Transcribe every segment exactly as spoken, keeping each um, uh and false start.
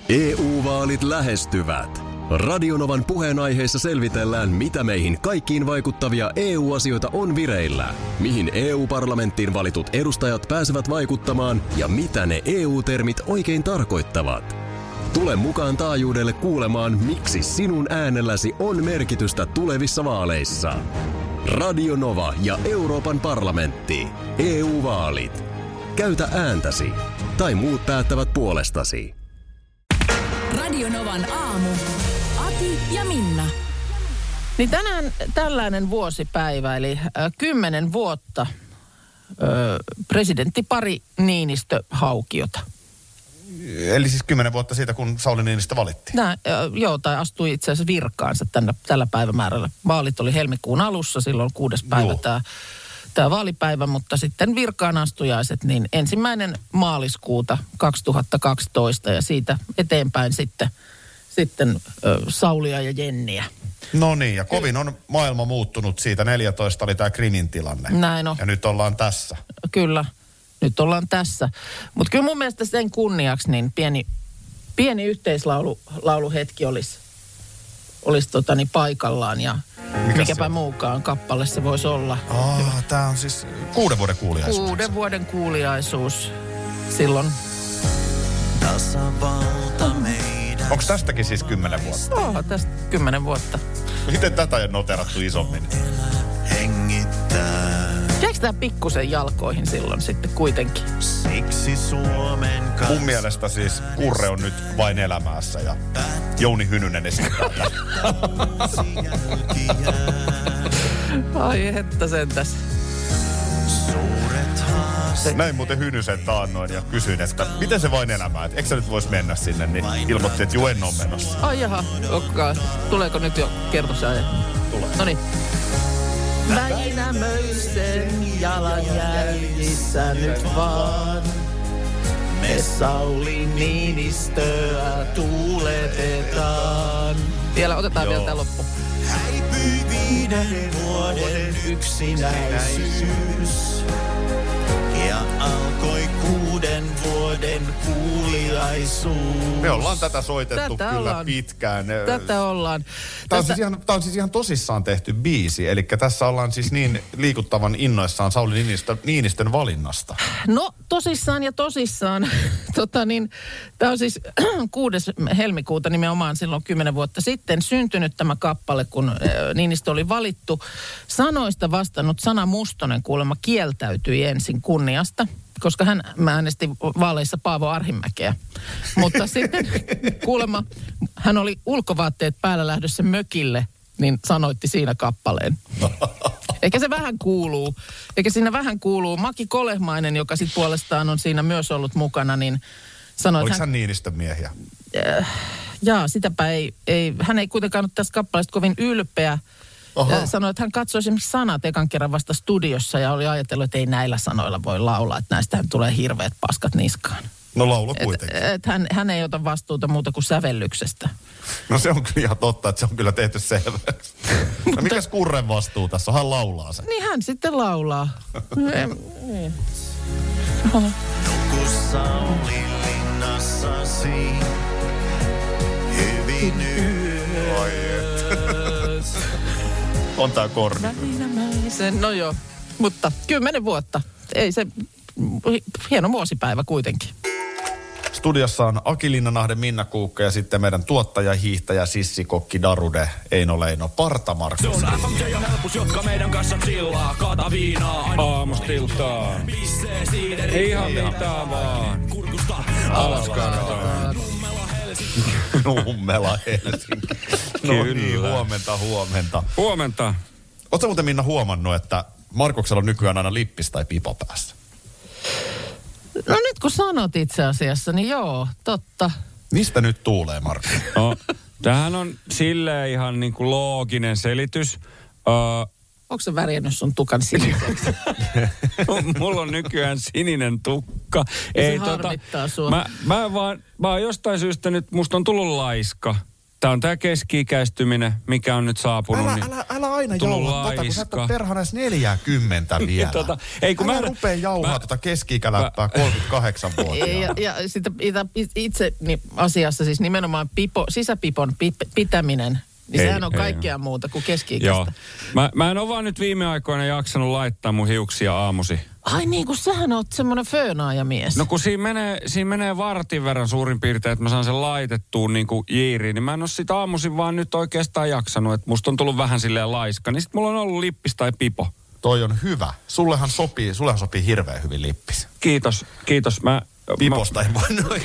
E U-vaalit lähestyvät. Radionovan puheenaiheessa selvitellään, mitä meihin kaikkiin vaikuttavia E U-asioita on vireillä, mihin E U-parlamenttiin valitut edustajat pääsevät vaikuttamaan ja mitä ne E U-termit oikein tarkoittavat. Tule mukaan taajuudelle kuulemaan, miksi sinun äänelläsi on merkitystä tulevissa vaaleissa. Radio Nova ja Euroopan parlamentti. E U-vaalit. Käytä ääntäsi. Tai muut päättävät puolestasi. Radio Novan aamu. Ati ja Minna. Niin tänään tällainen vuosipäivä, eli äh, kymmenen vuotta äh, presidenttipari Niinistö Haukiota. Eli siis kymmenen vuotta siitä, kun Sauli Niinistö valittiin. Nää, äh, joo, tai astui itse asiassa virkaansa tänä, tällä päivämäärällä. Vaalit oli helmikuun alussa, silloin kuudes päivä tämä tämä vaalipäivä, mutta sitten virkaan astujaiset niin ensimmäinen maaliskuuta kaksituhattakaksitoista ja siitä eteenpäin sitten, sitten ö, Saulia ja Jenniä. No niin, ja kovin on maailma muuttunut siitä. neljätoista oli tämä Krimin tilanne. Näin on. Ja nyt ollaan tässä. Kyllä, nyt ollaan tässä. Mutta kyllä mun mielestä sen kunniaksi niin pieni, pieni yhteislauluhetki olisi, olisi totani paikallaan ja mikäs mikäpä muukaan kappale se voisi olla. Oh, tämä on siis kuuden vuoden kuuliaisuus. Kuuden vuoden kuuliaisuus silloin. Onko tästäkin siis kymmenen vuotta? Oho, tästä kymmenen vuotta. Miten tätä ei noterattu isommin? Jäikö tämä pikkusen jalkoihin silloin sitten kuitenkin? Siksi Suomen kanssa. Mun mielestä siis Kurre on nyt vain elämässä ja Jouni Hynynen esittää. Ai että sentäs. Näin muuten Hynysen taannoin ja kysyin, että miten se vain elämää, että eikö sä nyt vois mennä sinne, niin ilmoitti, että juu en ole menossa. Ai jaha, okei. Tuleeko nyt jo kertosäe? Tulee. Noniin. Väinämöisen jalanjäljissä nyt vaan. Me Sauli Niinistöä tuuletetaan. Vielä otetaan Joo. vielä tää loppu. Häipyi viiden vuoden yksinäisyys. Ja alkoi kuuden vuoden kuuliaisuus. Me ollaan tätä soitettu tätä kyllä ollaan. pitkään. Tätä ollaan. Tämä on, siis ihan, tämä on siis ihan tosissaan tehty biisi. Eli tässä ollaan siis niin liikuttavan innoissaan Sauli Niinistön, Niinistön valinnasta. No tosissaan ja tosissaan. tota niin, tämä on siis kuudes helmikuuta nimenomaan silloin kymmenen vuotta sitten syntynyt tämä kappale, kun Niinistö oli valittu. Sanoista vastannut Sanna Mustonen kuulemma kieltäytyi ensin kunniasta, koska hän äänesti vaaleissa Paavo Arhimäkeä. Mutta sitten kuulemma hän oli ulkovaatteet päällä lähdössä mökille, niin sanoitti siinä kappaleen. Eikä se vähän kuuluu. Eikä siinä vähän kuuluu. Maki Kolehmainen, joka sitten puolestaan on siinä myös ollut mukana, niin sanoi, Oliko että hän... hän Niinistön miehiä? Äh, jaa, sitäpä ei, ei... Hän ei kuitenkaan ole tästä kappaleesta kovin ylpeä. Oho. Sanoi, että hän katsoi esimerkiksi sanat ekan kerran vasta studiossa ja oli ajatellut, että ei näillä sanoilla voi laulaa, että näistähän tulee hirveät paskat niskaan. No laulo kuitenkin. Et, et hän, hän ei ota vastuuta muuta kuin sävellyksestä. No se on kyllä ihan totta, että se on kyllä tehty selväksi. No mikäs Kurren vastuu tässä? Hän laulaa sen. Niin hän sitten laulaa. Niin. Nuku Sauli linnassasi hyvin yöt. On tää korni. No joo, mutta kymmenen vuotta. Ei se, hieno vuosipäivä kuitenkin. Studiossa on Aki Linnanahde, Minna Kuukka ja sitten meidän tuottaja, hiihtäjä, sissikokki, Darude, Eino Leino, Parta Markus. Se on F M J ja helpus, jotka meidän kanssa chillaa. Kaata viinaa aamustiltaan. Ei ihan mitään vaan. Kurkusta alas kannataan. Nummela Helsinki. No niin, huomenta, huomenta. Huomenta. Ootko muuten, Minna, huomannut, että Markuksella on nykyään aina lippis tai pipa päässä? No nyt kun sanot itse asiassa, niin joo, totta. Mistä nyt tuulee, Markku? No, tämähän on silleen ihan niin kuin looginen selitys. Uh, Onko se värjännyt sun tukan siniseksi? Mulla on nykyään sininen tukka. Ei, se harmittaa tota, sua. Mä, mä, vaan, mä oon jostain syystä nyt, musta on tullut laiska. Tää on tää keski-ikäistyminen, mikä on nyt saapunut. Älä, niin älä, älä aina tullut jauhaa tota, kun sä et ole laiska. perhana edes neljäkymmentä vielä. Tota, ei, kun älä mä- rupee jauhaa mä- tota keski-ikäläppää kolmekymmentäkahdeksan-vuotiaana. Ja, ja sitten itä, itse niin asiassa siis nimenomaan pipo, sisäpipon pip, pitäminen, niin Ei, sehän on ei, kaikkea muuta kuin keski-ikäistä. Joo. Mä, mä en ole vaan nyt viime aikoina jaksanut laittaa mun hiuksia aamusi. Ai niin, kun sähän oot semmoinen föönaajamies. No kun siinä menee, siinä menee vartin verran suurin piirtein, että mä saan sen laitettua niin kuin jiiriin, niin mä en ole sitä aamuisin vaan nyt oikeastaan jaksanut. Että musta on tullut vähän silleen laiska. Niin sit mulla on ollut lippis tai pipo. Toi on hyvä. Sullehan sopii, sullehan sopii hirveän hyvin lippis. Kiitos, kiitos. Mä, Piposta mä, ei voi. No,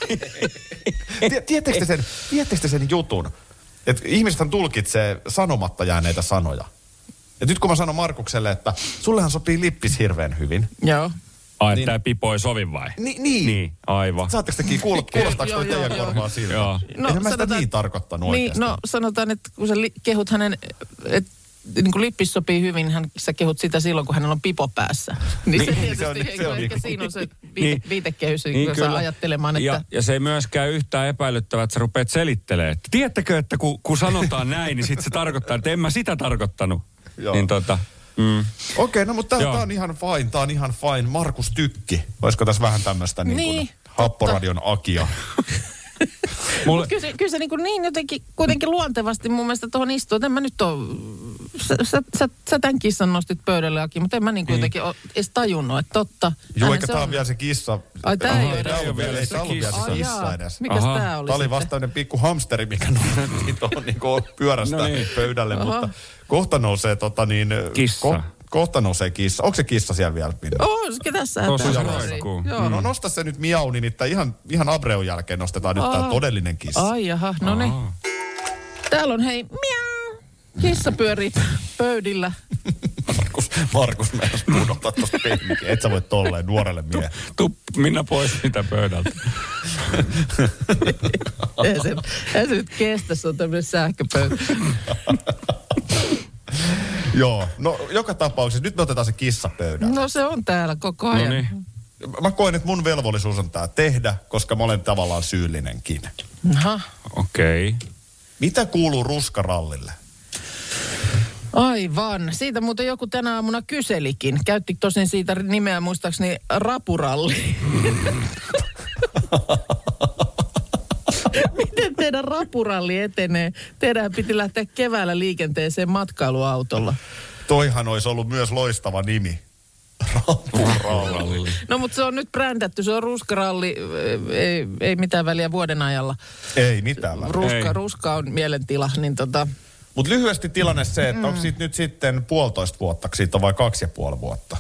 Tiedättekö te sen, tiedättekö te sen jutun? Että ihmisethän tulkitsee sanomatta jääneitä sanoja. Ja nyt kun mä sanon Markukselle, että sullehan sopii lippis hirveän hyvin. Joo. ai, niin- tää pipo ei sovi vai? Ni, niin. Niin, aivan. Saatteko tekin, kuul, kuulostaako Joo, toi joo, teidän joo. korvaa siltä? Joo. No, Eihän mä sitä sanotaan- niin tarkoittanut Niin, oikeasti. no sanotaan, että kun sä li, kehut hänen, että niin kuin lippis sopii hyvin, hän, sä kehut sitä silloin, kun hänellä on pipo päässä. Niin, Niin, se tietysti, se on- se se on ehkä niin- siinä on se viite, Niin. viitekehys, Niin, joka saa kyllä. ajattelemaan, että... Ja, ja se ei myöskään yhtään epäilyttävää, että sä rupeat selittelemään. Että tiedättekö, että kun, kun sanotaan näin, niin sit se tarkoittaa, että en mä sitä tarkoittanut. Joo. Niin tota, mm. Okei, no mutta Joo. tää on ihan fine, tää on ihan fine. Markus Tykki. Olisiko tässä vähän tämmöistä niin kuin Niin, Happoradion Akia? Mulle, Kyllä se, kyllä se niin, kuin niin jotenkin kuitenkin luontevasti mun mielestä tuohon istuu. En mä nyt ole... Sä, sä, sä, sä tämän kissan nostit pöydälle, Aki, mutta en mä niin kuin jotenkin ole edes tajunnut, että totta. Joo, näinhän eikä se tää on on. vielä se kissa. Ai, tää ei ole tää edes- ole vielä, ei tää ollut vielä kissa. se Ai kissa jaa, edes. mikäs Aha. tää oli Tämä oli sitten? vasta tämmöinen pikku hamsteri, mikä nostettiin tuohon niin pyörästä No niin. pöydälle, Aha. mutta kohta nousee tota niin... Kissa. kohta nousee kissa. Onko se kissa siellä vielä, Minna? Oo, se tässä Tuossa tää se on. roikkuu. Joo. No nosta se nyt miau, niin että ihan, ihan Abreun jälkeen nostetaan nyt Aa. tää todellinen kissa. Ai jaha, no niin. Aa. Täällä on hei, miau. Kissa pyörii pöydillä. Markus, Markus meinas pudota tosta penkiä. Et sä voi tolleen nuorelle miehelle. tuu minä pois sitä pöydältä. Ei se, ei se nyt kestä, se on tämmöinen sähköpöytä. Joo, no joka tapauksessa nyt me otetaan se kissa pöydälle. No se on täällä koko No ajan. niin. Mä koen, että mun velvollisuus on tää tehdä, koska mä olen tavallaan syyllinenkin. Aha. Okei. Okay. Mitä kuuluu ruskarallille? Aivan. Siitä muuten joku tänä aamuna kyselikin. Käytti tosin siitä nimeä muistaakseni rapuralli. Miten teidän rapuralli etenee? Teidän piti lähteä keväällä liikenteeseen matkailuautolla. Toihan olisi ollut myös loistava nimi. Rapuralli. No mutta se on nyt brändätty. Se on ruskaralli. Ei, ei mitään väliä vuoden ajalla. Ei mitään väliä. Ruska, Ei. ruska on mielentila, niin tota... Mutta lyhyesti tilanne se, että mm. onko siitä nyt sitten puolitoista vuotta, siitä on vai kaksi ja puoli vuotta?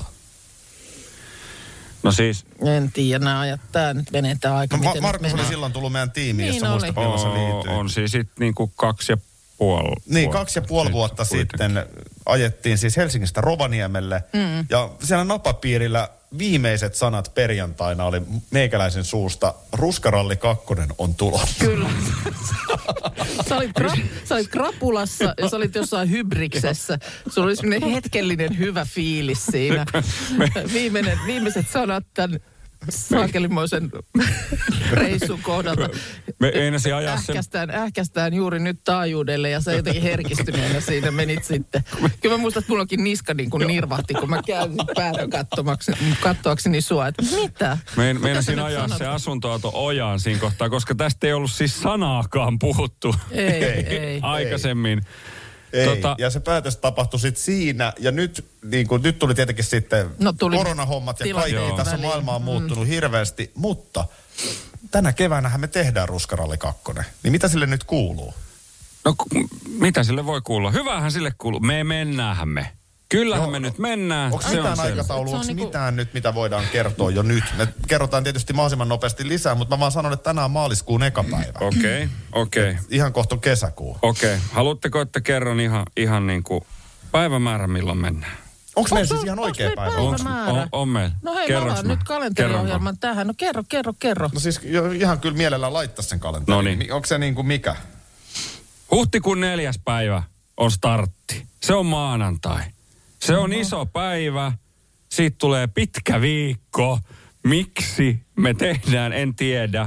No siis, En tiedä, nämä ajat. Tämä nyt menee tämä aika. No, miten Ma- nyt Markus oli mennään. silloin tullut meidän tiimiin, Niin jos sä oli. muistat, milloin se on, liittyy. on siis sitten niinku kaksi ja puoli Niin, vuotta. kaksi ja puoli vuotta kuitenkin. sitten ajettiin siis Helsingistä Rovaniemelle. Mm. Ja siellä napapiirillä viimeiset sanat perjantaina oli meikäläisen suusta, Ruskaralli kakkonen on tulossa. Kyllä. sä, olit kra- sä olit krapulassa ja sä olit jossain hybriksessä. Sulla oli semmoinen hetkellinen hyvä fiilis siinä. Viimeinen, viimeiset sanat tämän saakelimoisen reissun kohdalta. Me einasin ajaa sen... Ähkästään, ähkästään juuri nyt taajuudelle ja sä jotenkin herkistyneenä siinä menit sitten. Kyllä mä muistan, että mullakin niska niin kuin nirvahti, kun mä käyn päädön katsoakseni sua. Että mitä? Me, Mitä meinasin sä nyt ajaa sanot? se asuntoauto ojaan siinä kohtaa, koska tästä ei ollut siis sanaakaan puhuttu Ei, ei. aikaisemmin. Ei, Tota- ja se päätös tapahtui sitten siinä, ja nyt, niin kuin, nyt tuli tietenkin sitten No tuli koronahommat ja tilanteet kaikki. Tässä väliin. maailma on muuttunut mm. hirveästi, mutta tänä keväänähän me tehdään Ruskaralli kakkonen. Niin mitä sille nyt kuuluu? No ku- mitä sille voi kuulla? Hyvähän sille kuuluu. Me mennäänhän me. Kyllähän Joo, me nyt mennään. Onko Se on mitään selvä. aikataulua, Se on onko niinku- mitään nyt, mitä voidaan kertoa jo nyt? Me kerrotaan tietysti mahdollisimman nopeasti lisää, mutta mä vaan sanon, että tänään on maaliskuun eka päivä. Okei, okay, okei, okay, Ihan kohta on kesäkuu. okei. Okay. Haluatteko, että kerron ihan, ihan niin kuin päivämäärä, milloin mennään? Onko meillä Onks siis sul- ihan onks oikea meillä päivä? päivä? Onks, Päivämäärä. on, on meillä. No hei, Kerronks mä alan mä? nyt kalenteriohjelman Kerronko? tähän. No kerro, kerro, kerro, kerro. No siis jo, ihan kyllä mielellään laittaa sen kalenteriin. Noniin. Onko se niin kuin mikä? Huhtikuun neljäs päivä on startti. Se on maanantai. Se on iso päivä. Siitä tulee pitkä viikko. Miksi me tehdään, en tiedä.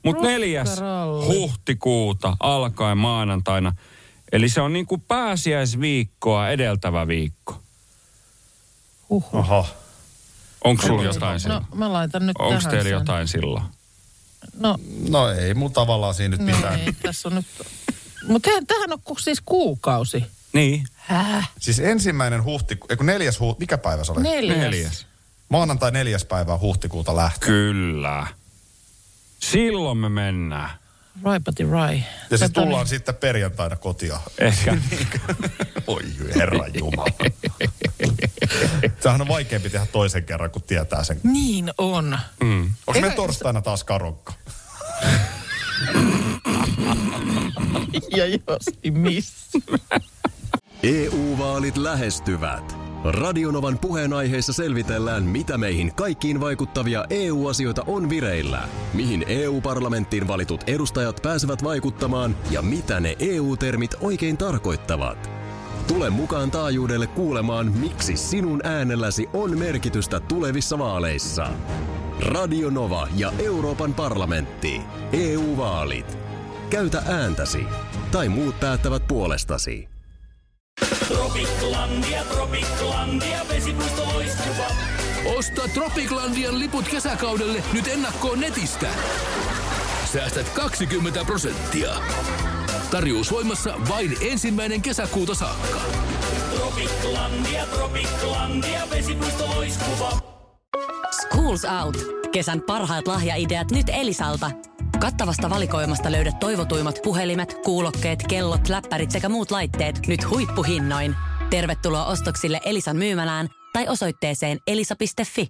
Mutta neljäs Ruskaralli. huhtikuuta alkaen maanantaina. Eli se on niin kuin pääsiäisviikkoa edeltävä viikko. Huhhuh. Aha. Onko sulla jotain No silloin? mä laitan nyt Onko tähän teillä sen. jotain silloin? No, No ei mun tavallaan siinä nyt no mitään. ei, tässä on nyt... Mutta tämähän on ku- siis kuukausi. Niin. Häh? Siis ensimmäinen huhtikuuta, eikö neljäs huhtikuuta, mikä päivä se oli? Neljäs. Neljäs. Maanantai neljäs päivä huhtikuuta lähtee. Kyllä. Silloin me mennään. Raipati rai. Ja siis Tota tullaan sitten perjantaina kotia. Ehkä. Oi herra jumala. Sehän on vaikeampi tehdä toisen kerran, kun tietää sen. Niin on. Mm. Onko me Eikä- torstaina taas karokka? Ja jos niin missä. E U-vaalit lähestyvät. Radionovan puheenaiheessa selvitellään, mitä meihin kaikkiin vaikuttavia E U-asioita on vireillä, mihin E U-parlamenttiin valitut edustajat pääsevät vaikuttamaan ja mitä ne E U-termit oikein tarkoittavat. Tule mukaan taajuudelle kuulemaan, miksi sinun äänelläsi on merkitystä tulevissa vaaleissa. Radio Nova ja Euroopan parlamentti. E U-vaalit. Käytä ääntäsi. Tai muut päättävät puolestasi. Tropiklandia, Tropiklandia, vesipuisto loistuva. Osta Tropiklandian liput kesäkaudelle nyt ennakkoon netistä. Säästät kaksikymmentä prosenttia. Tarjous voimassa vain ensimmäinen kesäkuuta saakka. Tropiklandia, Tropiklandia, vesipuisto loistuva. Schools Out. Kesän parhaat lahjaideat nyt Elisalta. Kattavasta valikoimasta löydät toivotuimmat puhelimet, kuulokkeet, kellot, läppärit sekä muut laitteet nyt huippuhinnoin. Tervetuloa ostoksille Elisan myymälään tai osoitteeseen elisa piste fi.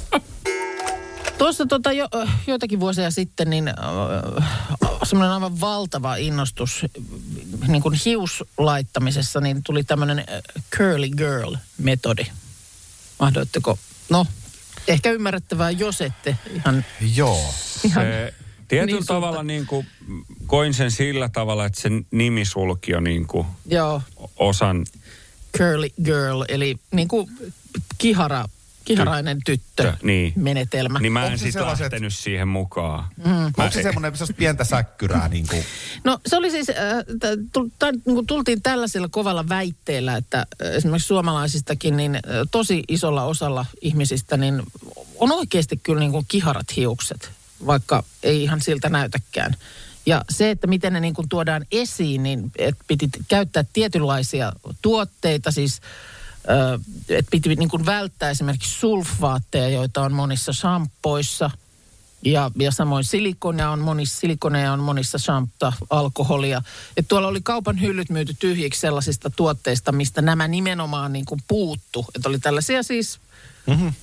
Tuossa tota jo, joitakin vuosia sitten niin äh, semmoinen aivan valtava innostus niin kuin hiuslaittamisessa, niin tuli tämmöinen äh, curly girl-metodi. Mahdoitteko? No, ehkä ymmärrettävää, jos ette ihan... Joo. ihan Se, tietyllä niin tavalla sulta- niin kuin, koin sen sillä tavalla, että sen nimi sulki jo niin kuin Joo, osan. curly girl, eli niin kuin kihara, kiharainen tyttö Tö, niin. menetelmä. Niin mä en Onko se sit sellaiset- lähtenyt siihen mukaan. Mm. Onko se semmoinen sellaista pientä säkkyrää niin kuin? No se oli siis, äh, t- tul- t- niin kuin tultiin tällaisella kovalla väitteellä, että äh, esimerkiksi suomalaisistakin niin äh, tosi isolla osalla ihmisistä niin on oikeasti kyllä niin kuin kiharat hiukset, vaikka ei ihan siltä näytäkään. Ja se, että miten ne niin kuin tuodaan esiin, niin että piti käyttää tietynlaisia tuotteita, siis äh, että piti niin kuin välttää esimerkiksi sulfaatteja, joita on monissa shampoissa. Ja, ja samoin silikoneja on monissa, silikoneja on monissa shampoo, alkoholia. Et tuolla oli kaupan hyllyt myyty tyhjiksi sellaisista tuotteista, mistä nämä nimenomaan niin kuin puuttu. Että oli tällaisia siis mm-hmm.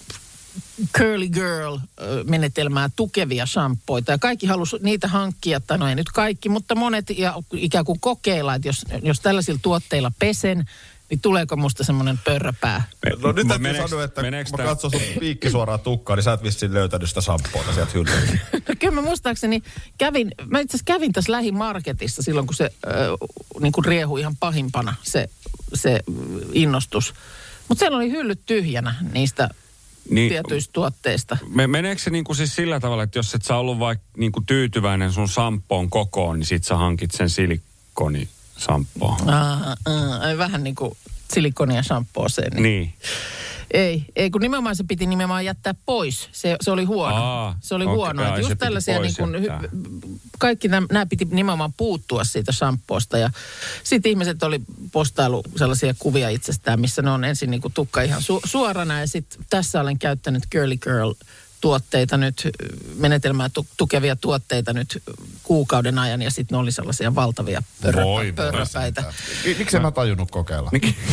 curly girl-menetelmää tukevia shampooita. Ja kaikki halusi niitä hankkia, tai no ei nyt kaikki, mutta monet ja ikään kuin kokeilla, että jos, jos tällaisilla tuotteilla pesen, niin tuleeko musta semmoinen pörräpää? No nyt täytyy Meneekö- sanoa, että meneekö kun mä tää- katson sun piikki suoraan tukkaan, niin sä et vissiin löytänyt sitä shampoota sieltä hyllyltä. No kyllä mä muistaakseni kävin, mä itse asiassa kävin tässä lähimarketissa silloin, kun se äh, niin kuin riehui ihan pahimpana se, se innostus. Mutta siellä oli hyllyt tyhjänä niistä Niin, tietyistä tuotteista. me, meneekö se niin kuin siis sillä tavalla, että jos et sä ollut vaikka niin kuin tyytyväinen sun sampoon kokoon, niin sit sä hankit sen silikonisampoon? Aa, aa, vähän niin kuin silikonia shampooseen. Niin. Niin. Ei, ei, kun nimenomaan se piti nimenomaan jättää pois. Se, se oli huono. Aa, se oli okei, huono. ai, Että se just piti tällaisia pois niin kuin, jättää. kaikki nämä piti nimenomaan puuttua siitä shampoosta. Ja sitten ihmiset oli postailu sellaisia kuvia itsestään, missä ne on ensin niin kuin tukka ihan su- suorana. Ja sitten tässä olen käyttänyt Girly Girl tuotteita nyt, menetelmää tu- tukevia tuotteita nyt kuukauden ajan. Ja sitten ne oli sellaisia valtavia pörröpä- Voi pörröpäitä. Miksi mä tajunnut kokeilla?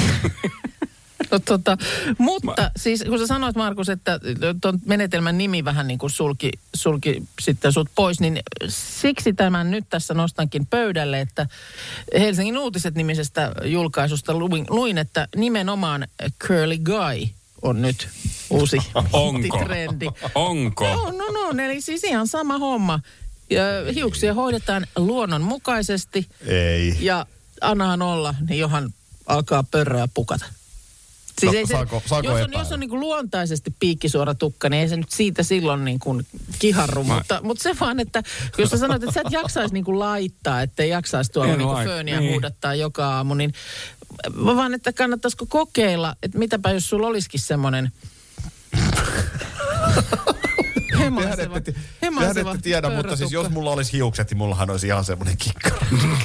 No, tota, mutta siis kun sä sanoit, Markus, että tuon menetelmän nimi vähän niin kuin sulki, sulki sitten sut pois, niin siksi tämän nyt tässä nostankin pöydälle, että Helsingin uutiset nimisestä julkaisusta luin, luin että nimenomaan Curly Guy on nyt uusi Onko? trendi. Onko? No, no, no, eli siis ihan sama homma. Ja hiuksia hoidetaan luonnonmukaisesti Ei. ja annahan olla, niin johan alkaa pörröä pukata. Siis no, ei se, saako, saako jos on, epäillä? jos on niin kuin luontaisesti piikkisuora tukka, niin ei se nyt siitä silloin niin kuin kiharru. Mä... Mutta, mutta se vaan, että jos sä sanoit, että sä et jaksaisi niin kuin laittaa, ettei jaksaisi tuolla niin kuin fööniä niin. huudattaa joka aamu, niin vaan, että kannattaisiko kokeilla, että mitäpä jos sulla olisikin semmoinen hemaiseva, hemaiseva Tehän ette tiedä, mutta siis jos mulla olisi hiukset, niin mullahan olisi ihan semmoinen kikkara.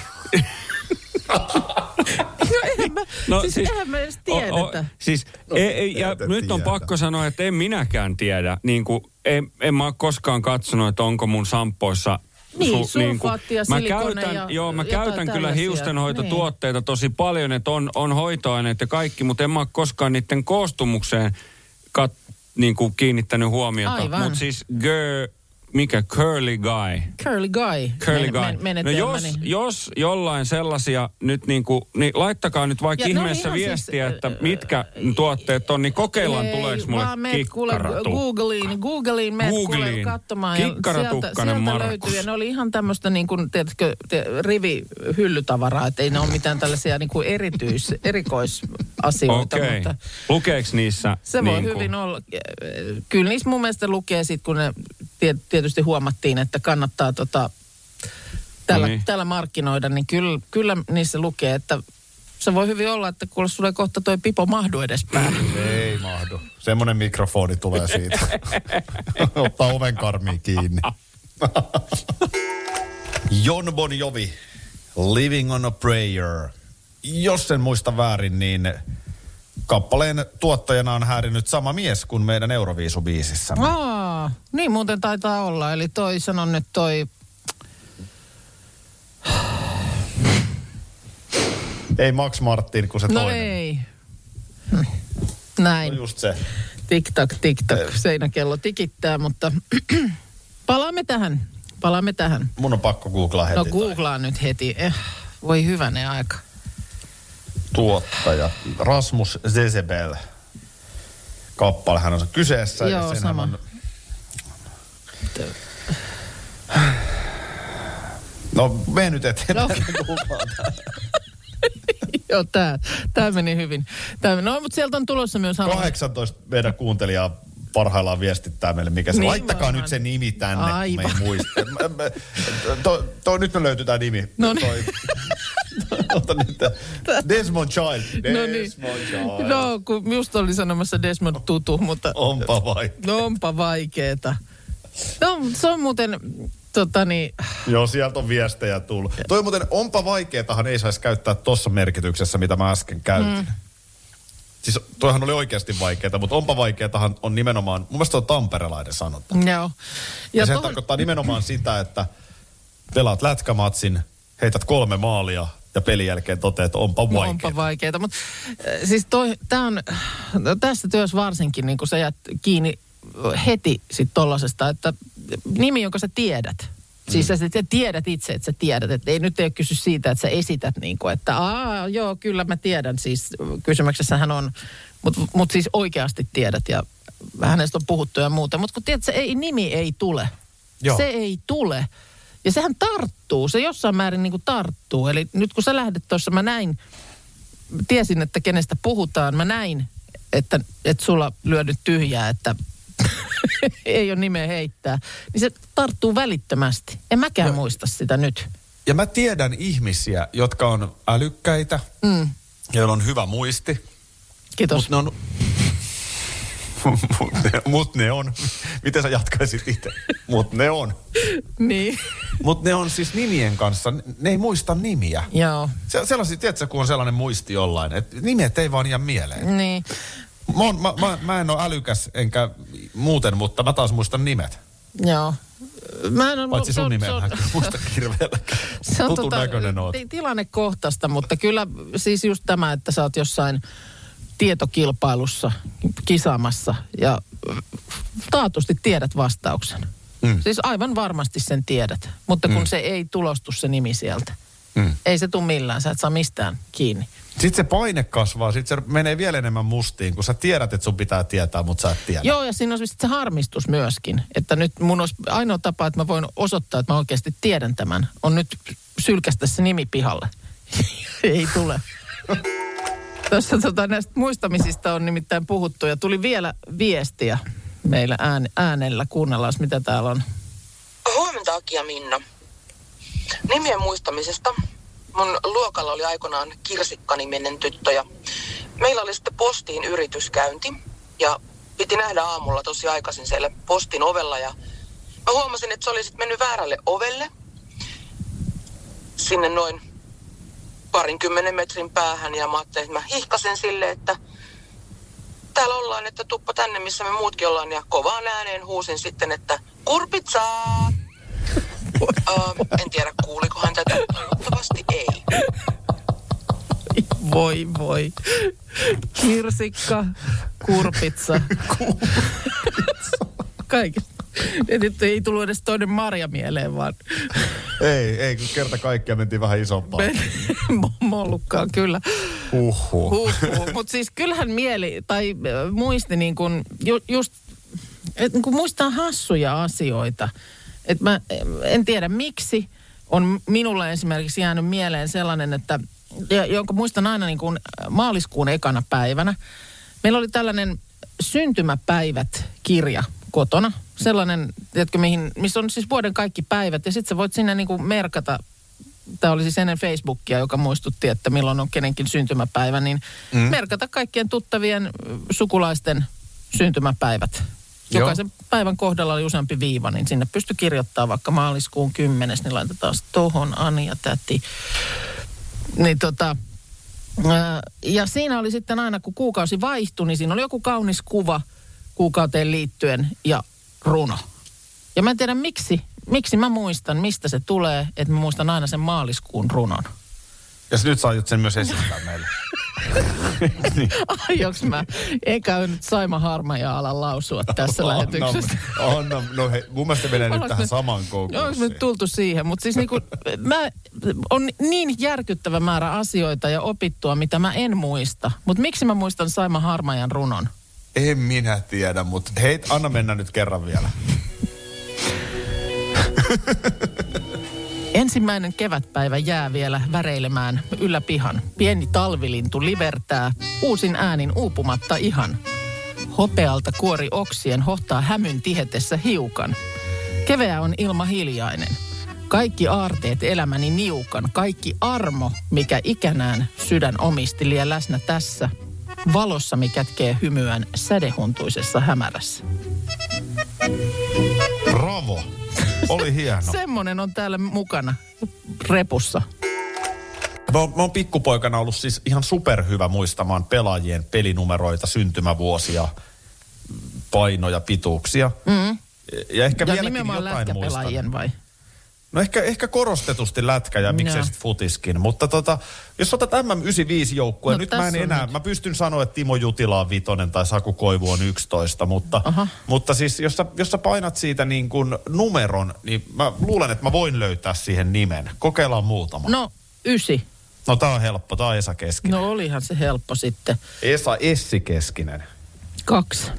Mä, no, siis, siis eihän me edes tiedetä. O, o, siis, no, ei, ei, ja nyt tiedä. On pakko sanoa, että en minäkään tiedä. Niin kuin, en, en mä ole koskaan katsonut, että onko mun samppoissa... Niin, su, sulfaattia, niin mä käytän, ja joo, mä käytän kyllä hiustenhoitotuotteita niin. tosi paljon, että on, on hoitoaineet ja kaikki, mutta en mä ole koskaan niiden koostumukseen kat, niin kuin kiinnittänyt huomiota. Mutta siis girl... Mikä? Curly guy. Curly guy. Curly guy. Men, men, no jos, jos jollain sellaisia nyt niin kuin, niin laittakaa nyt vaikka ja ihmeessä no viestiä, siis, että mitkä äh, tuotteet on, niin kokeillaan tuleeko mulle kikkaratukka. Googleiin, Googleiin meet kuule katsomaan. Kikkaratukkainen Markus. Löytyy, ja ne oli ihan tämmöistä niin kuin, tiedätkö, rivihyllytavaraa, että ei ne ole mitään tällaisia niin kuin erityis, erikoisasioita. Okei. Okay. Lukeeko niissä? Se niin voi kuin... hyvin olla. Kyllä niissä mun mielestä lukee sit, kun ne tietysti huomattiin, että kannattaa tota, tällä, no niin. tällä markkinoida, niin kyllä, kyllä niissä lukee, että se voi hyvin olla, että kuule sulle kohta toi pipo mahdu edes päälle. Ei mahdu. Semmoinen mikrofoni tulee siitä. Ottaa ovenkarmiin kiinni. Jon Bon Jovi, Living on a Prayer. Jos en muista väärin, niin kappaleen tuottajana on häirinyt sama mies kuin meidän Euroviisubiisissä. Aa, niin muuten taitaa olla. Eli toi, sanon nyt toi... Ei Max Martin kuin se no toinen. No ei. Näin. No just se. Tik-tak, tik-tak. Seinäkello tikittää, mutta palaamme tähän. Palaamme tähän. Mun on pakko googlaa heti. No googlaa nyt heti. Eh, voi hyvänen aika. Tuottaja Rasmus Zezebel. Kappalehan on se kyseessä. Joo, ja sama. On... No, mene nyt eteenpäin. No. Joo, tää, tää meni hyvin. Tää, no, mutta sieltä on tulossa myös... kahdeksantoista meidän kuuntelijaa parhaillaan viestittää meille, mikä se. Niin laittakaa varmaan. Nyt se nimi tänne, aivan. Kun me ei muista. to, to, nyt me löytyy tää nimi. No niin. Ota nyt. Desmond Child. Desmond no niin. Child. No, kun just oli sanomassa Desmond Tutu, mutta... Onpa vaikeeta. No, onpa vaikeeta. No, se on muuten... Tota niin. Joo, sieltä on viestejä tullut. Toi muuten onpa vaikeetahan ei saisi käyttää tuossa merkityksessä, mitä mä äsken käytin. Mm. Siis toihan oli oikeasti vaikeeta, mutta onpa vaikeetahan on nimenomaan, mun mielestä on tamperelainen sanonta. Joo. Ja, ja sehän tohon... tarkoittaa nimenomaan sitä, että pelaat lätkämatsin, heität kolme maalia ja pelin jälkeen toteat, että onpa vaikeeta. No, onpa vaikeeta, mutta siis toi, tää on, tässä työssä varsinkin niin kun sä jäät kiinni heti sit tollasesta, että nimi, jonka sä tiedät. Siis sä, sä tiedät itse, että sä tiedät. Että ei nyt ei kysy siitä, että sä esität niin kuin, että aa, joo, kyllä mä tiedän. Siis kysymyksessähän on, mutta mut siis oikeasti tiedät ja hänestä on puhuttu ja muuta. Mutta kun tiedät, se ei, nimi ei tule. Joo. Se ei tule. Ja sehän tarttuu, se jossain määrin niin kuin tarttuu. Eli nyt kun sä lähdet tuossa, mä näin, tiesin, että kenestä puhutaan. Mä näin, että, että sulla lyö nyt tyhjää, että ei ole nimeä heittää. Niin se tarttuu välittömästi. En mäkään ja, muista sitä nyt. Ja mä tiedän ihmisiä, jotka on älykkäitä, mm. joilla on hyvä muisti. Kiitos. Mutta ne on... Mut ne, mut ne on. Miten sä jatkaisit itse? Mut ne on. Niin. Mut ne on siis nimien kanssa, ne ei muista nimiä. Joo. Se, sellaisia, tiedätkö, kun on sellainen muisti jollain, että nimet ei vaan jää mieleen. Niin. Mä, on, mä, mä, mä en ole älykäs enkä muuten, mutta mä taas muistan nimet. Joo. Mä en ole, paitsi sun nimeä, on, mä en muista kirveelläkään. Se on tutun tota, näköinen oot. Tilannekohtaista, mutta kyllä siis just tämä, että sä oot jossain tietokilpailussa kisaamassa ja taatusti tiedät vastauksen. Mm. Siis aivan varmasti sen tiedät, mutta kun mm. se ei tulostu se nimi sieltä. Mm. Ei se tule millään, sä et saa mistään kiinni. Sitten se paine kasvaa, sitten se menee vielä enemmän mustiin, kun sä tiedät, että sun pitää tietää, mutta sä et tiedä. Joo, ja siinä on sitten se harmistus myöskin, että nyt mun olisi ainoa tapa, että mä voin osoittaa, että mä oikeasti tiedän tämän, on nyt sylkästä se nimi pihalle. Ei tule. Tässä tota, näistä muistamisista on nimittäin puhuttu ja tuli vielä viestiä meillä ään, äänellä. Kuunnellaan, mitä täällä on. Huomenta Aki ja Minna. Nimien muistamisesta. Mun luokalla oli aikoinaan Kirsikka-niminen tyttö ja meillä oli sitten postiin yrityskäynti ja piti nähdä aamulla tosi aikaisin siellä postin ovella ja mä huomasin, että se oli sitten mennyt väärälle ovelle sinne noin parinkymmenen metrin päähän ja mä ajattelin, että mä hihkasin silleen, että täällä ollaan, että tuppa tänne, missä me muutkin ollaan ja kovaan ääneen huusin sitten, että kurpitsaa! uh, en tiedä, kuuliko hän tätä, toivottavasti ei. Voi voi. Kirsikka, kurpitsa. Kaikista. Nyt ei tullut edes toinen Marja mieleen, vaan... Ei, ei, kun kerta kaikkia mentiin vähän isompaa. Mollukkaan, kyllä. Uhuh. Uhuh. Mutta siis kyllähän mieli, tai muisti niin kuin, ju, just, että niin kuin muistaa hassuja asioita. Että mä en tiedä miksi on minulle esimerkiksi jäänyt mieleen sellainen, että, ja, jonka muistan aina niin kuin maaliskuun ekana päivänä. Meillä oli tällainen syntymäpäivät-kirja kotona. Sellainen, tiedätkö, mihin, missä on siis vuoden kaikki päivät. Ja sitten sä voit sinne niin kuin merkata, tämä oli siis ennen Facebookia, joka muistutti, että milloin on kenenkin syntymäpäivä, niin mm. merkata kaikkien tuttavien sukulaisten syntymäpäivät. Jokaisen Joo. päivän kohdalla oli useampi viiva, niin sinne pystyi kirjoittamaan vaikka maaliskuun kymmenes, niin laitetaan tohon Ani ja täti. Niin tota, ja siinä oli sitten aina, kun kuukausi vaihtui, niin siinä oli joku kaunis kuva kuukauteen liittyen ja runo. Ja mä en tiedä miksi, miksi mä muistan, mistä se tulee, että mä muistan aina sen maaliskuun runon. Ja nyt sä aiot sen myös esittää meille. niin. Aioks mä? Eikä nyt Saima Harmaja ala lausua tässä oh, lähetyksessä. No, no, no hei, mun mielestä menee nyt tähän me, samaan konkurssiin. Onko me tultu siihen? Mutta siis niinku, mä, on niin järkyttävä määrä asioita ja opittua, mitä mä en muista. Mutta miksi mä muistan Saima Harmajan runon? En minä tiedä, mutta hei, anna mennä nyt kerran vielä. Ensimmäinen kevätpäivä jää vielä väreilemään yllä pihan. Pieni talvilintu livertää, uusin äänin uupumatta ihan. Hopealta kuori oksien hohtaa hämyn tihetessä hiukan. Keveä on ilma hiljainen. Kaikki aarteet elämäni niukan. Kaikki armo, mikä ikänään sydän omisti, lie läsnä tässä. Valossa, mikä kätkee hymyään sädehuntuisessa hämärässä. Bravo! Oli hieno. Semmonen on täällä mukana repussa. Mä oon, mä oon pikkupoikana ollut siis ihan superhyvä muistamaan pelaajien pelinumeroita, syntymävuosia, painoja, pituuksia. Mm. Ja ehkä ja vieläkin jotain muistan. Vai? No ehkä, ehkä korostetusti lätkä ja miksei no. sitten futiskin. Mutta tota, jos otat M M yhdeksänkymmentäviisi-joukkueen, no, nyt mä en enää, nyt. mä pystyn sanoa, että Timo Jutila on vitonen tai Saku Koivu on yksitoista. Mutta, mutta siis jos sä, jos sä painat siitä niin kuin numeron, niin mä luulen, että mä voin löytää siihen nimen. Kokeillaan muutama. No, ysi. No tää on helppo, tää on Esa Keskinen. No olihan se helppo sitten. Esa Essi Keskinen. Kaksi.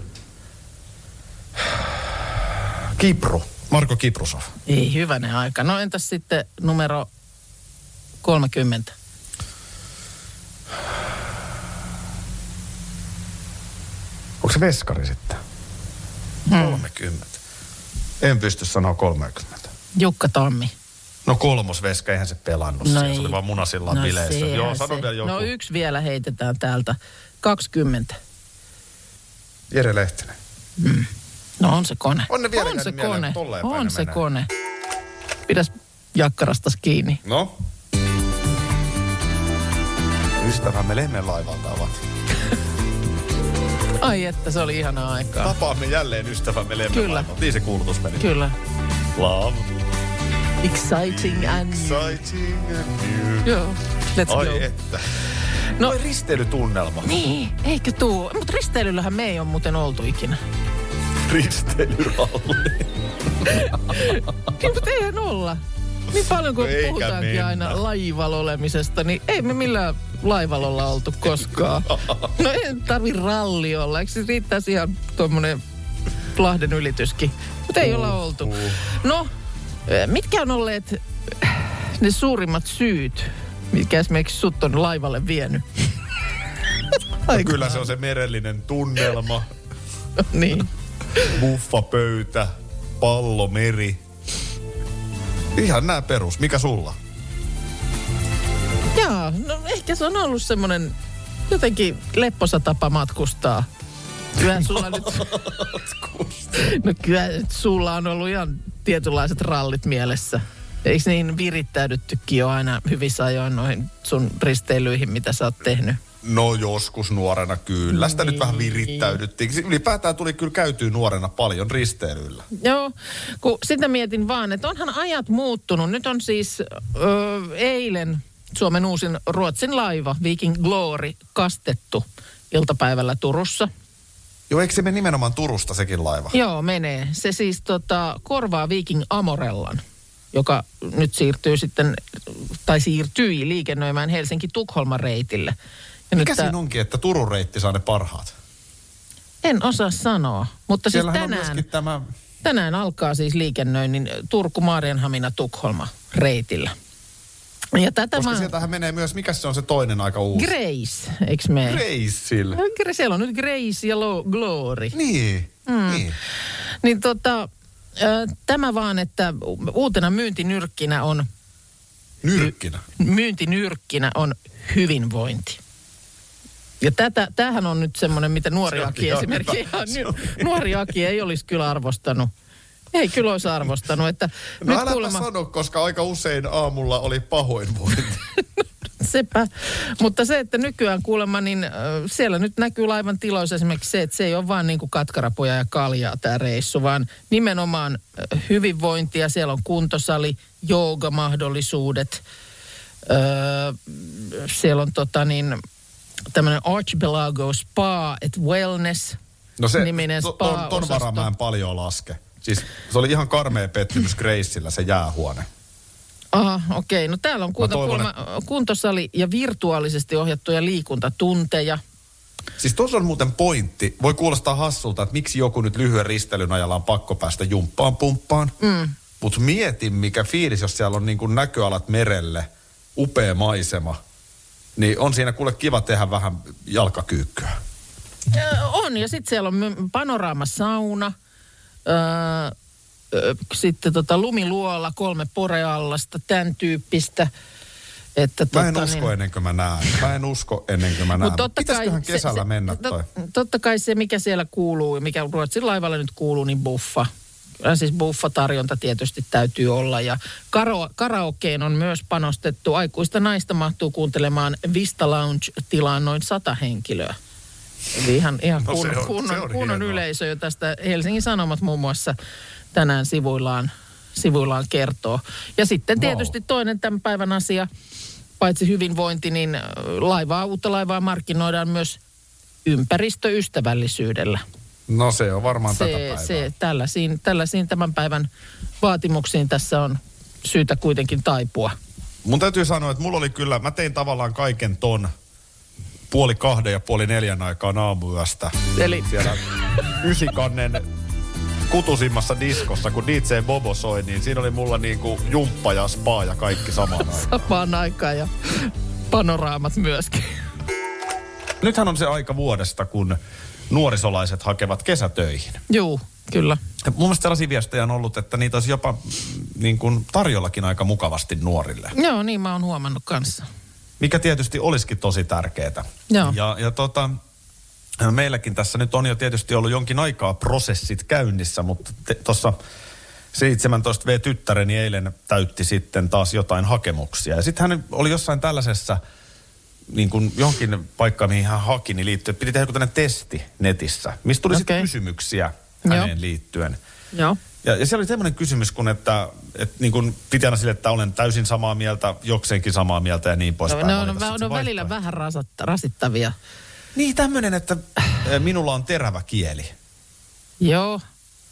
Kipru. Marko Kiprusov. Ei, hyvänen aika. No entäs sitten numero kolmekymmentä? Onko se veskari sitten? Hmm. kolmekymmentä. En pysty sanoa kolmekymmentä. Jukka Tammi. No kolmosveska, eihän se pelannut. No se oli vaan munasillaan no bileissä. Joo, sano vielä joku. No yksi vielä heitetään täältä. kaksikymmentä. Jere Lehtinen. Hmm. No on se kone. On, ne vielä on se mieleen, kone. On se menee. kone. Pidäs jakkarastas kiinni. No. Ystävämme Lemmenlaivalta ovat. Ai että, se oli ihanaa aikaa. Tapaamme jälleen ystävämme Lemmenlaivalta. Niin se kuulutus meni. Kyllä. Love. Exciting and new. Exciting and new. Joo, let's Ai go. Ai että. No risteilytunnelma. Niin, eikö tuu? Mutta risteilyllähän me ei ole muuten oltu ikinä. Risteilyralli. Niin, mutta eihän olla. Niin paljon kuin Eikä puhutaankin mennä. aina laivalla olemisesta, niin ei me millään laivalla oltu koskaan. No ei tarvi ralli olla. Eikö se riittäisi ihan tuommoinen Lahden ylityskin? Mutta ei uh, olla oltu. Uh. No, mitkä on olleet ne suurimmat syyt, mitkä esimerkiksi sut on laivalle vienyt? No kyllä se on se merellinen tunnelma. Niin. Buffapöytä, pallo, meri. Ihan nää perus. Mikä sulla? Jaa, no ehkä se on ollut semmoinen jotenkin lepposa tapa matkustaa. Kyllä sulla nyt... No kyllä nyt sulla on ollut ihan tietynlaiset rallit mielessä. Eikö niin virittäydyttykin jo aina hyvissä ajoin noihin sun risteilyihin, mitä sä oot tehnyt? No joskus nuorena kyllä. Sitä niin. Nyt vähän virittäydyttiin. Ylipäätään tuli kyllä käytyä nuorena paljon risteilyillä. Joo, kun sitä mietin vaan, että onhan ajat muuttunut. Nyt on siis ö, eilen Suomen uusin Ruotsin laiva Viking Glory kastettu iltapäivällä Turussa. Joo, eikö se mene nimenomaan Turusta sekin laiva? Joo, menee. Se siis tota, korvaa Viking Amorellan, joka nyt siirtyy sitten, tai siirtyi liikennöimään Helsinki-Tukholman reitille. Ja mikä nyt siinä tää... onkin, että Turun reitti saa ne parhaat? En osaa sanoa, mutta siis tänään, on tämä... tänään alkaa siis liikennöinnin Turku-Maarianhamina-Tukholma reitillä. Ja tätä koska vaan... sieltähän menee myös, mikä se on se toinen aika uusi? Grace, eikö mene? Graceille. Siellä on nyt Grace ja Glory. Niin, mm. niin. Niin tota, tämä vaan, että uutena myyntinyrkkinä on... Nyrkkinä? Myyntinyrkkinä on hyvinvointi. Ja tätä, tämähän on nyt semmoinen, mitä nuori Aki esimerkiksi... Nuori Aki ei olisi kyllä arvostanut. Ei kyllä olisi arvostanut, että... No nyt äläpä kuulemma... sano, koska aika usein aamulla oli pahoinvointi. Sepä. Mutta se, että nykyään kuulemma, niin äh, siellä nyt näkyy laivan tiloissa esimerkiksi se, että se ei ole vaan niin kuin katkarapuja ja kaljaa tämä reissu, vaan nimenomaan äh, hyvinvointia. Siellä on kuntosali, joogamahdollisuudet. Äh, siellä on tota niin, tämmöinen Archipelago Spa et Wellness no se, niminen to, spa-osasto. Ton, ton varaa mä en paljon laske. Siis se oli ihan karmea pettymys Graceillä se jäähuone. Aha, okei. Okay. No täällä on kuuta, toivon, kuulemma, että... kuntosali ja virtuaalisesti ohjattuja liikuntatunteja. Siis tuossa on muuten pointti. Voi kuulostaa hassulta, että miksi joku nyt lyhyen ristelyn ajalla on pakko päästä jumppaan pumppaan. Mm. Mutta mietin, mikä fiilis, jos siellä on niin kuin näköalat merelle, upea maisema. Niin on siinä kuule kiva tehdä vähän jalkakyykkyä. On, ja sitten siellä on panoraamasauna. Öö, sitten tota lumiluola, kolme poreallasta, tämän tyyppistä. Että mä en tota, usko niin... ennen kuin mä näen. Mä en usko ennen kuin mä näen. Pitäisiköhän kesällä se, mennä se, toi? Totta kai se, mikä siellä kuuluu, mikä Ruotsin laivalle nyt kuuluu, niin buffa. Siis buffatarjonta tietysti täytyy olla. Ja karo, karaokeen on myös panostettu. Aikuista naista mahtuu kuuntelemaan Vista Lounge-tilaan noin sata henkilöä. Eli ihan, ihan no kun, on, kunnon, kunnon yleisö, jo tästä Helsingin Sanomat muun muassa tänään sivuillaan, sivuillaan kertoo. Ja sitten tietysti wow. toinen tämän päivän asia, paitsi hyvinvointi, niin laivaa, uutta laivaa markkinoidaan myös ympäristöystävällisyydellä. No se on varmaan se, tätä päivää. Se, tällaisiin, tällaisiin tämän päivän vaatimuksiin tässä on syytä kuitenkin taipua. Mun täytyy sanoa, että mulla oli kyllä, mä tein tavallaan kaiken ton puoli kahden ja puoli neljän aikaan aamuyöstä. Eli siellä ysikannen kutusimmassa diskossa, kun D J Bobo soi, niin siinä oli mulla niinku jumppa ja spa ja kaikki samaan aikaan. Samaan aikaan ja panoraamat myöskin. Nythän on se aika vuodesta, kun nuorisolaiset hakevat kesätöihin. Juu, kyllä. Ja mun mielestä sellaisia viestejä on ollut, että niitä olisi jopa niin kuin tarjollakin aika mukavasti nuorille. Joo, niin mä oon huomannut kanssa. Mikä tietysti olisikin tosi tärkeää. Joo. Ja, ja tota, meilläkin tässä nyt on jo tietysti ollut jonkin aikaa prosessit käynnissä, mutta tuossa seitsemäntoista vuotias-tyttäreni eilen täytti sitten taas jotain hakemuksia. Ja sitten hän oli jossain tällaisessa, niin kuin johonkin paikkaan, mihin hän haki, niin liittyen, piti tehdä joku tämmöinen testi netissä, mistä tuli okay. sitten kysymyksiä häneen Joo. liittyen. Joo. Ja, ja siellä oli tämmöinen kysymys, kun että, että niin kuin piti aina sille, että olen täysin samaa mieltä, jokseenkin samaa mieltä ja niin poispäin. No, ne on, on, on välillä vähän rasatta, rasittavia. Niin, tämmöinen, että minulla on terävä kieli. Joo.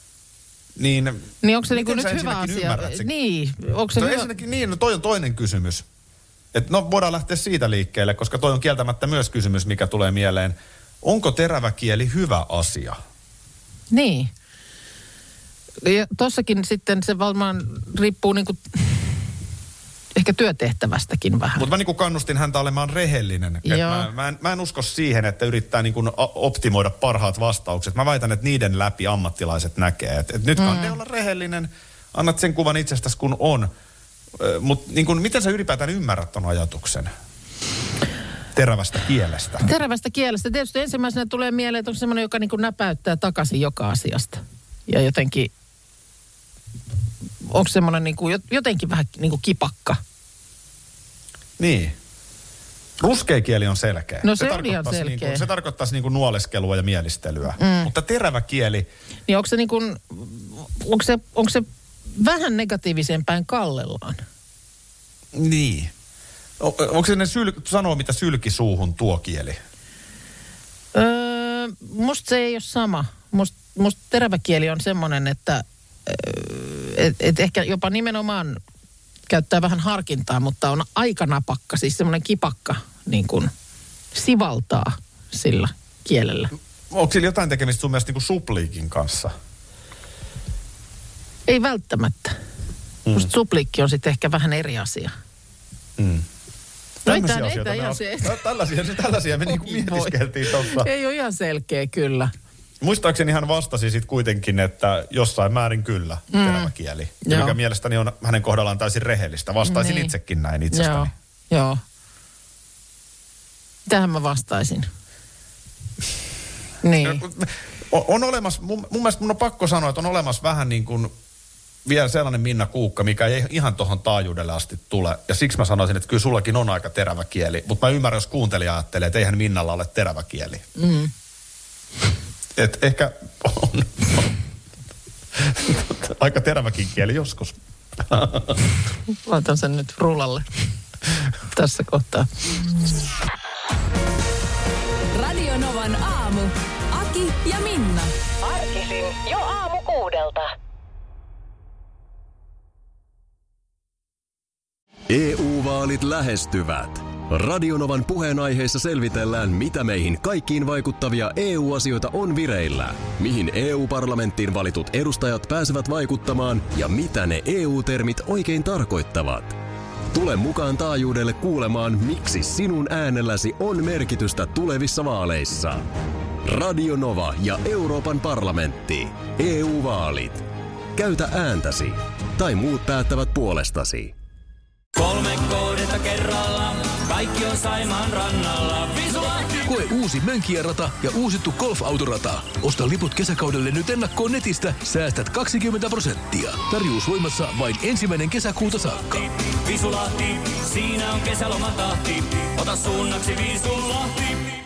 Niin, niin onko se niinku nyt hyvä asia? Niin, onko se no hyvä? Ensinnäkin niin, no toi on toinen kysymys. Että no voidaan lähteä siitä liikkeelle, koska toi on kieltämättä myös kysymys, mikä tulee mieleen. Onko terävä kieli hyvä asia? Niin. Ja tossakin sitten se varmaan riippuu niinku, ehkä työtehtävästäkin vähän. Mutta mä niin kannustin häntä olemaan rehellinen. Mä, mä, en, mä en usko siihen, että yrittää niin kuin optimoida parhaat vastaukset. Mä väitän, että niiden läpi ammattilaiset näkee. Et, et nyt kannattaa mm. olla rehellinen, annat sen kuvan itsestäsi kun on. Mutta niin miten sä ylipäätään ymmärrät ton ajatuksen? Terävästä kielestä. Terävästä kielestä. Tietysti ensimmäisenä tulee mieleen, että on semmoinen, joka niin kuin näpäyttää takaisin joka asiasta. Ja jotenkin, onko semmoinen niin kuin, jotenkin vähän niin kuin kipakka? Niin. Ruskea kieli on selkeä. No se, se on ihan selkeä. Niin kuin, se tarkoittaisi niin kuin nuoleskelua ja mielistelyä. Mm. Mutta terävä kieli... Niin onko se niin kuin, onko se, onko se vähän negatiiviseen päin kallellaan? Niin. On, onko se ne syl, sanoa, mitä sylki suuhun tuo kieli? Öö, musta se ei ole sama. Must, musta terävä kieli on semmoinen, että et, et ehkä jopa nimenomaan käyttää vähän harkintaa, mutta on aika napakka, siis semmoinen kipakka niin kuin sivaltaa sillä kielellä. Onko sillä jotain tekemistä sun mielestä niin kuin supliikin kanssa? Ei välttämättä. Mm. Musta supliikki on sitten ehkä vähän eri asia. Mm. No ei tämä ei ihan se. Tällaisia, tällaisia me niinku mietiskeltiin tuossa. Ei ole ihan selkeä, kyllä. Muistaakseni hän vastasi sitten kuitenkin, että jossain määrin kyllä, mm. terävä kieli. Ja mikä mielestäni on hänen kohdallaan täysin rehellistä. Vastaisin niin. itsekin näin itsestäni. Joo, joo. Tähän mä vastaisin. Niin. On, on olemassa, mun, mun mielestä mun on pakko sanoa, että on olemassa vähän niin kuin vielä sellainen Minna Kuukka, mikä ei ihan tuohon taajuudelle asti tule. Ja siksi mä sanoisin, että kyllä sullakin on aika terävä kieli. Mutta mä ymmärrän, jos kuuntelija ajattelee, että eihän Minnalla ole terävä kieli. Mm. Et ehkä on, on aika teräväkin kieli joskus. Laitan sen nyt rullalle tässä kohtaa. Radio Novan aamu. Aki ja Minna. Arkisin jo aamu kuudelta. E U-vaalit lähestyvät. Radionovan puheenaiheessa selvitellään, mitä meihin kaikkiin vaikuttavia E U-asioita on vireillä, mihin E U-parlamenttiin valitut edustajat pääsevät vaikuttamaan ja mitä ne E U-termit oikein tarkoittavat. Tule mukaan taajuudelle kuulemaan, miksi sinun äänelläsi on merkitystä tulevissa vaaleissa. Radio Nova ja Euroopan parlamentti. E U-vaalit. Käytä ääntäsi. Tai muut päättävät puolestasi. Kolme kohdetta kerralla, kaikki on Saimaan rannalla. Visulahti! Koe uusi Mönkijärata ja uusittu golfautorata. Osta liput kesäkaudelle nyt ennakkoon netistä, säästät kaksikymmentä prosenttia. Tarjous voimassa vain ensimmäinen kesäkuuta saakka. Visulahti, siinä on kesälomatahti. Ota suunnaksi Visulahti.